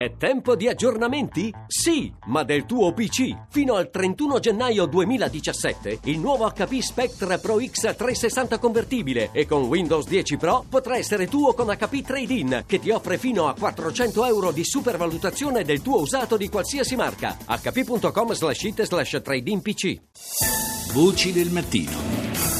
È tempo di aggiornamenti? Sì, ma del tuo PC. Fino al 31 gennaio 2017 il nuovo HP Spectre Pro X 360 convertibile e con Windows 10 Pro potrà essere tuo con HP Trade-in, che ti offre fino a 400 euro di supervalutazione del tuo usato di qualsiasi marca. hp.com/it/trade-in PC. Voci del mattino.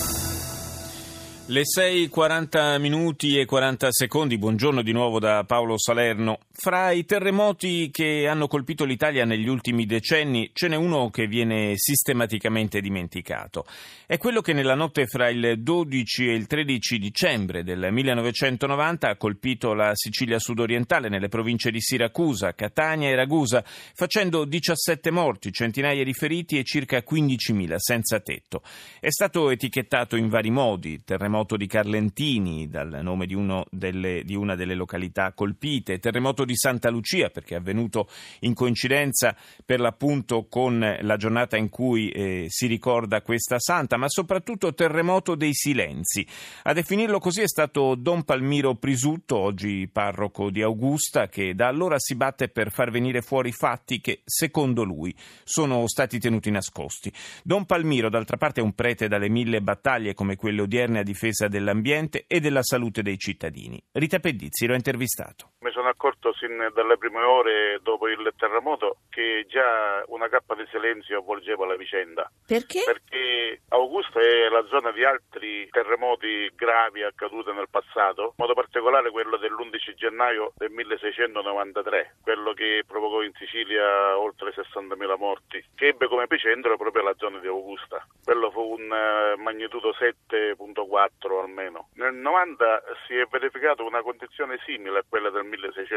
Le 6:40 minuti e 40 secondi, buongiorno di nuovo da Paolo Salerno. Fra i terremoti che hanno colpito l'Italia negli ultimi decenni ce n'è uno che viene sistematicamente dimenticato. È quello che nella notte fra il 12 e il 13 dicembre del 1990 ha colpito la Sicilia sudorientale nelle province di Siracusa, Catania e Ragusa, facendo 17 morti, centinaia di feriti e circa 15.000 senza tetto. È stato etichettato in vari modi: terremoto di Carlentini, dal nome di una delle località colpite, terremoto di Santa Lucia, perché è avvenuto in coincidenza per l'appunto con la giornata in cui si ricorda questa santa, ma soprattutto terremoto dei silenzi. A definirlo così è stato Don Palmiro Prisutto, oggi parroco di Augusta, che da allora si batte per far venire fuori fatti che, secondo lui, sono stati tenuti nascosti. Don Palmiro, d'altra parte, è un prete dalle 1000 battaglie come quelle odierne a difesa dell'ambiente e della salute dei cittadini. Rita Pedizzi lo ha intervistato. Mi sono accorto sin dalle prime ore dopo il terremoto che già una cappa di silenzio avvolgeva la vicenda. Perché? Perché Augusta è la zona di altri terremoti gravi accaduti nel passato, in modo particolare quello dell'11 gennaio del 1693, quello che provocò in Sicilia oltre 60.000 morti, che ebbe come epicentro proprio la zona di Augusta. Quello fu un magnitudo 7.4 almeno. Nel 90 si è verificata una condizione simile a quella del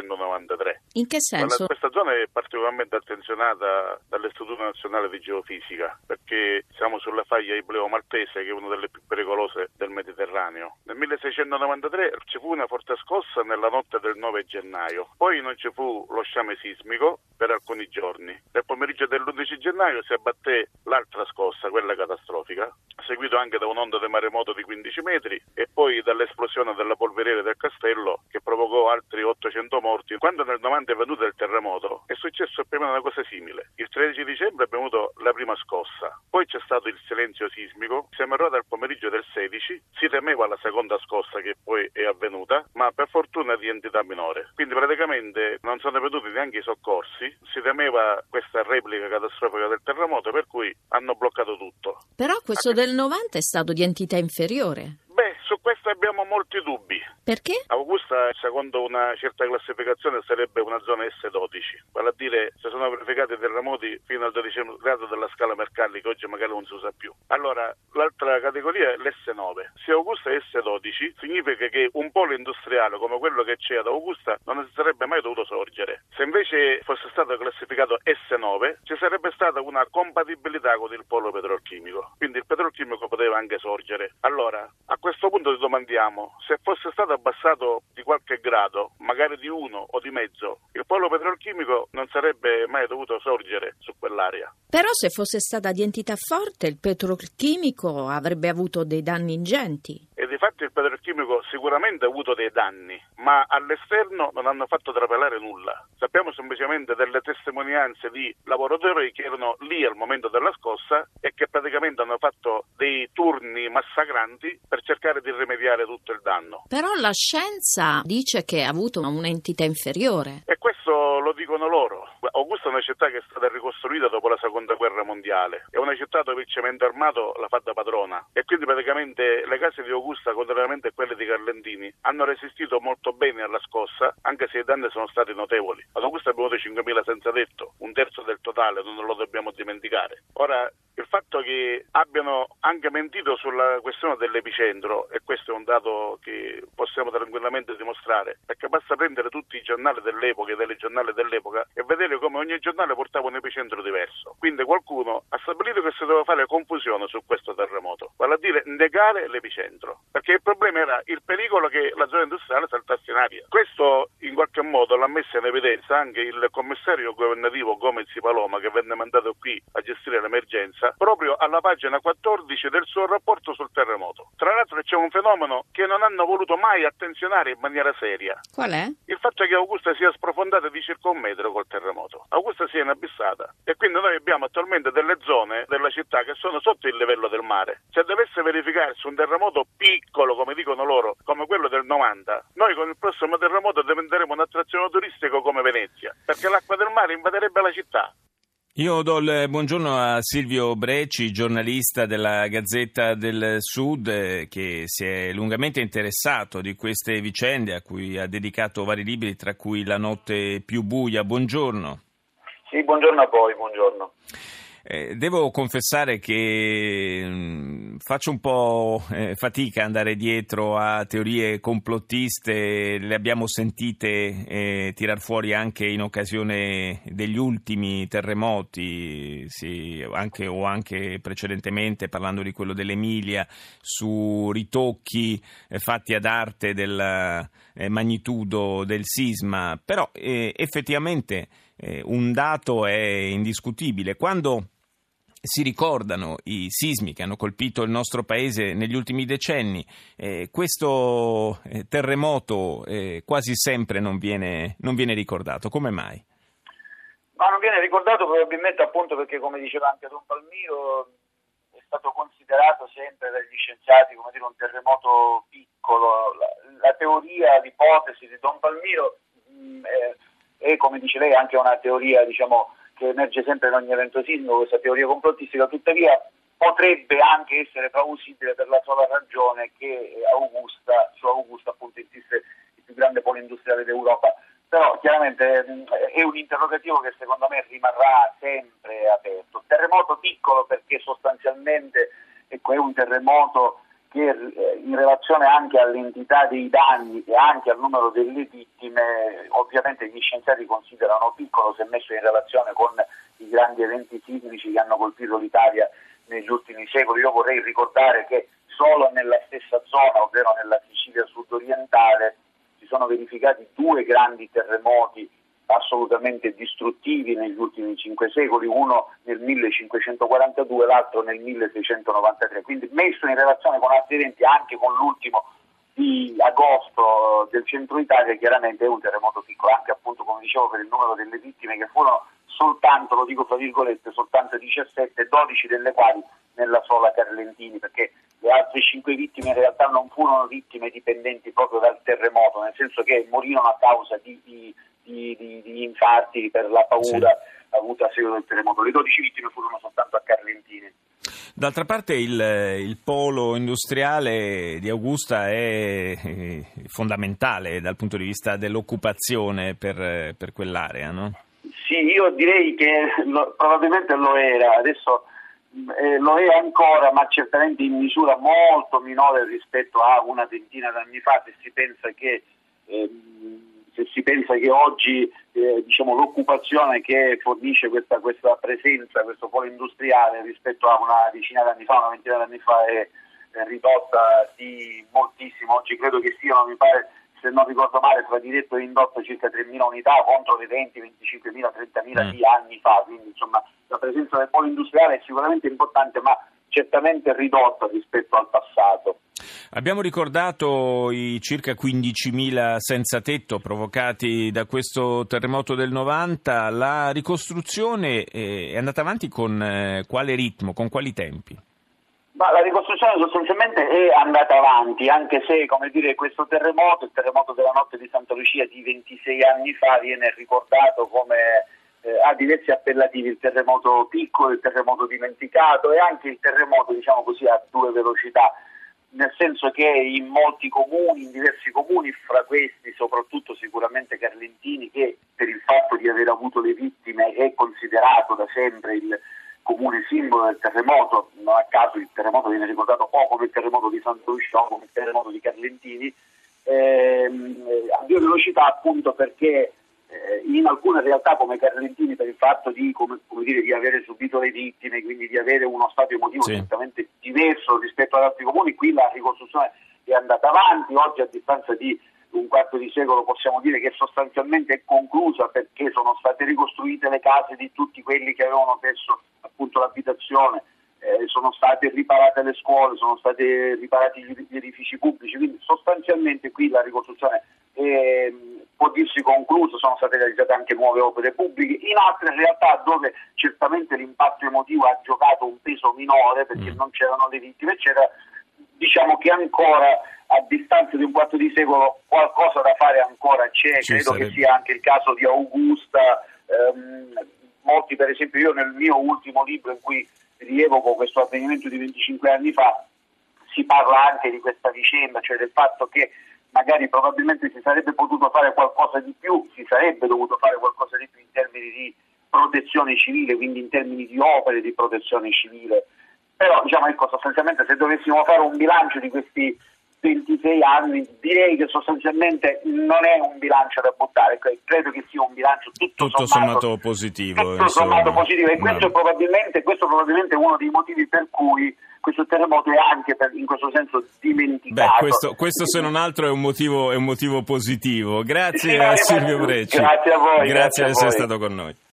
1693. In che senso? Questa zona è particolarmente attenzionata dall'Istituto Nazionale di Geofisica, perché siamo sulla faglia ibleo-maltese, che è una delle più pericolose del Mediterraneo. Nel 1693 ci fu una forte scossa nella notte del 9 gennaio, poi non ci fu lo sciame sismico per alcuni giorni. Nel pomeriggio dell'11 gennaio si abbatté l'altra scossa, quella catastrofica, seguito anche da un'onda di maremoto di 15 metri e poi dall'esplosione della polveriera del castello che provocò altri 800 morti. Quando nel 90 è venuto il terremoto è successo più o meno una cosa simile. Il 13 dicembre abbiamo avuto la prima scossa, poi c'è stato il silenzio sismico, siamo arrivati al pomeriggio del 16, si temeva la seconda scossa che poi è avvenuta, ma per fortuna di entità minore. Quindi praticamente non sono venuti neanche i soccorsi, si temeva questa replica catastrofica del terremoto, per cui hanno bloccato tutto. Però questo del 90 è stato di entità inferiore. Beh, su questo abbiamo molti dubbi. Perché? Augusta, secondo una certa classificazione, sarebbe una zona S12, vale a dire se sono verificati terremoti fino al 12° grado della scala Mercalli, che oggi magari non si usa più. Allora, l'altra categoria è l'S9. Se Augusta è S12, significa che un polo industriale come quello che c'è ad Augusta non si sarebbe mai dovuto sorgere. Se invece fosse stato classificato S9, ci sarebbe stata una compatibilità con il polo petrolchimico, quindi il petrolchimico poteva anche sorgere. Allora, a questo punto ci domandiamo, se fosse stato abbassato di qualche grado, magari di 1 o di mezzo, il polo petrolchimico non sarebbe mai dovuto sorgere su quell'area. Però se fosse stata di entità forte, il petrolchimico avrebbe avuto dei danni ingenti. E difatti il petrolchimico sicuramente ha avuto dei danni, ma all'esterno non hanno fatto trapelare nulla. Sappiamo semplicemente delle testimonianze di lavoratori che erano lì al momento della scossa e che praticamente hanno fatto dei turni massacranti per cercare di rimediare tutto il danno. Però la scienza dice che ha avuto un'entità inferiore. E questo lo dicono loro. Augusta è una città che è stata ricostruita dopo la seconda guerra mondiale. È una città dove il cemento armato la fa da padrona. E quindi praticamente le case di Augusta, contrariamente a quelle di Carlentini, hanno resistito molto bene alla scossa, anche se i danni sono stati notevoli. Ad Augusta abbiamo avuto 5.000 senza tetto, un terzo del totale, non lo dobbiamo dimenticare. Ora, il fatto che abbiano anche mentito sulla questione dell'epicentro, e questo è un dato che possiamo tranquillamente dimostrare, perché basta prendere tutti i giornali dell'epoca e telegiornali dell'epoca e vedere come ogni giornale portava un epicentro diverso. Quindi qualcuno ha stabilito che si doveva fare confusione su questo terremoto, vale a dire negare l'epicentro, perché il problema era il pericolo che la zona industriale saltasse in aria. Questo in qualche modo l'ha messo in evidenza anche il commissario governativo Gomez Paloma, che venne mandato qui a gestire l'emergenza, proprio alla pagina 14 del suo rapporto sul terremoto. Tra l'altro c'è un fenomeno che non hanno voluto mai attenzionare in maniera seria. Qual è? Il fatto che Augusta sia sprofondata di circa 1 metro col terremoto. Augusta sia inabissata e quindi noi abbiamo attualmente delle zone della città che sono sotto il livello del mare. Se dovesse verificarsi un terremoto piccolo, come dicono loro, come quello del 90, noi con il prossimo terremoto diventeremo un'attrazione turistica come Venezia, perché l'acqua del mare invaderebbe la città. Io do il buongiorno a Silvio Breci, giornalista della Gazzetta del Sud, che si è lungamente interessato di queste vicende, a cui ha dedicato vari libri, tra cui La notte più buia. Buongiorno. Sì, buongiorno a voi, buongiorno. Devo confessare che faccio un po' fatica ad andare dietro a teorie complottiste, le abbiamo sentite tirar fuori anche in occasione degli ultimi terremoti, sì, anche precedentemente parlando di quello dell'Emilia, su ritocchi fatti ad arte della magnitudo del sisma, però effettivamente un dato è indiscutibile. Quando si ricordano i sismi che hanno colpito il nostro paese negli ultimi decenni, questo terremoto quasi sempre non viene ricordato. Come mai? Ma non viene ricordato probabilmente appunto perché, come diceva anche Don Palmiro, è stato considerato sempre dagli scienziati come dire un terremoto piccolo. La teoria, l'ipotesi di Don Palmiro è, come dice lei, anche una teoria, diciamo, che emerge sempre in ogni evento sismico, questa teoria complottistica. Tuttavia potrebbe anche essere plausibile per la sola ragione che su Augusta appunto insiste il più grande polo industriale d'Europa. Però chiaramente è un interrogativo che secondo me rimarrà sempre aperto. Terremoto piccolo perché sostanzialmente è un terremoto che in relazione anche all'entità dei danni e anche al numero delle vittime, ovviamente gli scienziati considerano piccolo se messo in relazione con i grandi eventi sismici che hanno colpito l'Italia negli ultimi secoli. Io vorrei ricordare che solo nella stessa zona, ovvero nella Sicilia sud-orientale, si sono verificati 2 grandi terremoti assolutamente distruttivi negli ultimi 5 secoli, uno nel 1542, l'altro nel 1693, quindi messo in relazione con altri eventi, anche con l'ultimo di agosto del centro Italia, chiaramente è un terremoto piccolo, anche appunto come dicevo per il numero delle vittime che furono soltanto, lo dico tra virgolette, soltanto 17, 12 delle quali nella sola Carlentini, perché le altre 5 vittime in realtà non furono vittime dipendenti proprio dal terremoto, nel senso che morirono a causa di infarti per la paura avuta a seguito del terremoto. Le 12 vittime furono soltanto a Carlentini. D'altra parte il polo industriale di Augusta è fondamentale dal punto di vista dell'occupazione per quell'area, no? Sì, io direi che probabilmente lo era, adesso lo è ancora, ma certamente in misura molto minore rispetto a una ventina d'anni fa, se si pensa che oggi diciamo l'occupazione che fornisce questa presenza, questo polo industriale rispetto a una decina d'anni fa, una ventina d'anni fa è ridotta di moltissimo. Oggi credo che siano, mi pare, se non ricordo male, tra diretto e indotto circa 3.000 unità contro le 20, 25.000, 30.000 di anni fa, quindi insomma la presenza del polo industriale è sicuramente importante, ma certamente ridotta rispetto al passato. Abbiamo ricordato i circa 15.000 senza tetto provocati da questo terremoto del 90. La ricostruzione è andata avanti con quale ritmo, con quali tempi? Ma la ricostruzione sostanzialmente è andata avanti, anche se, come dire, questo terremoto, il terremoto della notte di Santa Lucia di 26 anni fa, viene ricordato come ha diversi appellativi: il terremoto piccolo, il terremoto dimenticato e anche il terremoto, diciamo così, a 2 velocità, nel senso che in molti comuni, in diversi comuni, fra questi soprattutto sicuramente Carlentini, che per il fatto di aver avuto le vittime è considerato da sempre il comune simbolo del terremoto, non a caso il terremoto viene ricordato o come il terremoto di Santa Lucia o come il terremoto di Carlentini, a 2 velocità appunto perché in alcune realtà come Carlentini, per il fatto di, come dire, di avere subito le vittime, quindi di avere uno stato emotivo certamente diverso rispetto ad altri comuni, qui la ricostruzione è andata avanti. Oggi, a distanza di un quarto di secolo, possiamo dire che sostanzialmente è conclusa, perché sono state ricostruite le case di tutti quelli che avevano perso appunto l'abitazione, sono state riparate le scuole, sono stati riparati gli edifici pubblici, quindi sostanzialmente qui la ricostruzione può dirsi conclusa. Sono state realizzate anche nuove opere pubbliche. In altre realtà, dove certamente l'impatto emotivo ha giocato un peso minore perché non c'erano le vittime, eccetera, diciamo che ancora, a distanza di un quarto di secolo, qualcosa da fare ancora c'è. Credo che sia anche il caso di Augusta. Molti, per esempio, io nel mio ultimo libro, in cui rievoco questo avvenimento di 25 anni fa, si parla anche di questa vicenda, cioè del fatto che magari probabilmente si sarebbe potuto fare qualcosa di più, si sarebbe dovuto fare qualcosa di più in termini di protezione civile, quindi in termini di opere di protezione civile. Però, diciamo, ecco, sostanzialmente, se dovessimo fare un bilancio di questi 26 anni, direi che sostanzialmente non è un bilancio da buttare. Credo che sia un bilancio tutto sommato positivo. Tutto sommato positivo, e questo probabilmente è uno dei motivi per cui questo terremoto è anche in questo senso dimenticato. Questo se non altro è un motivo positivo. Grazie a Silvio Brecci. Grazie a voi. Grazie di essere stato con noi.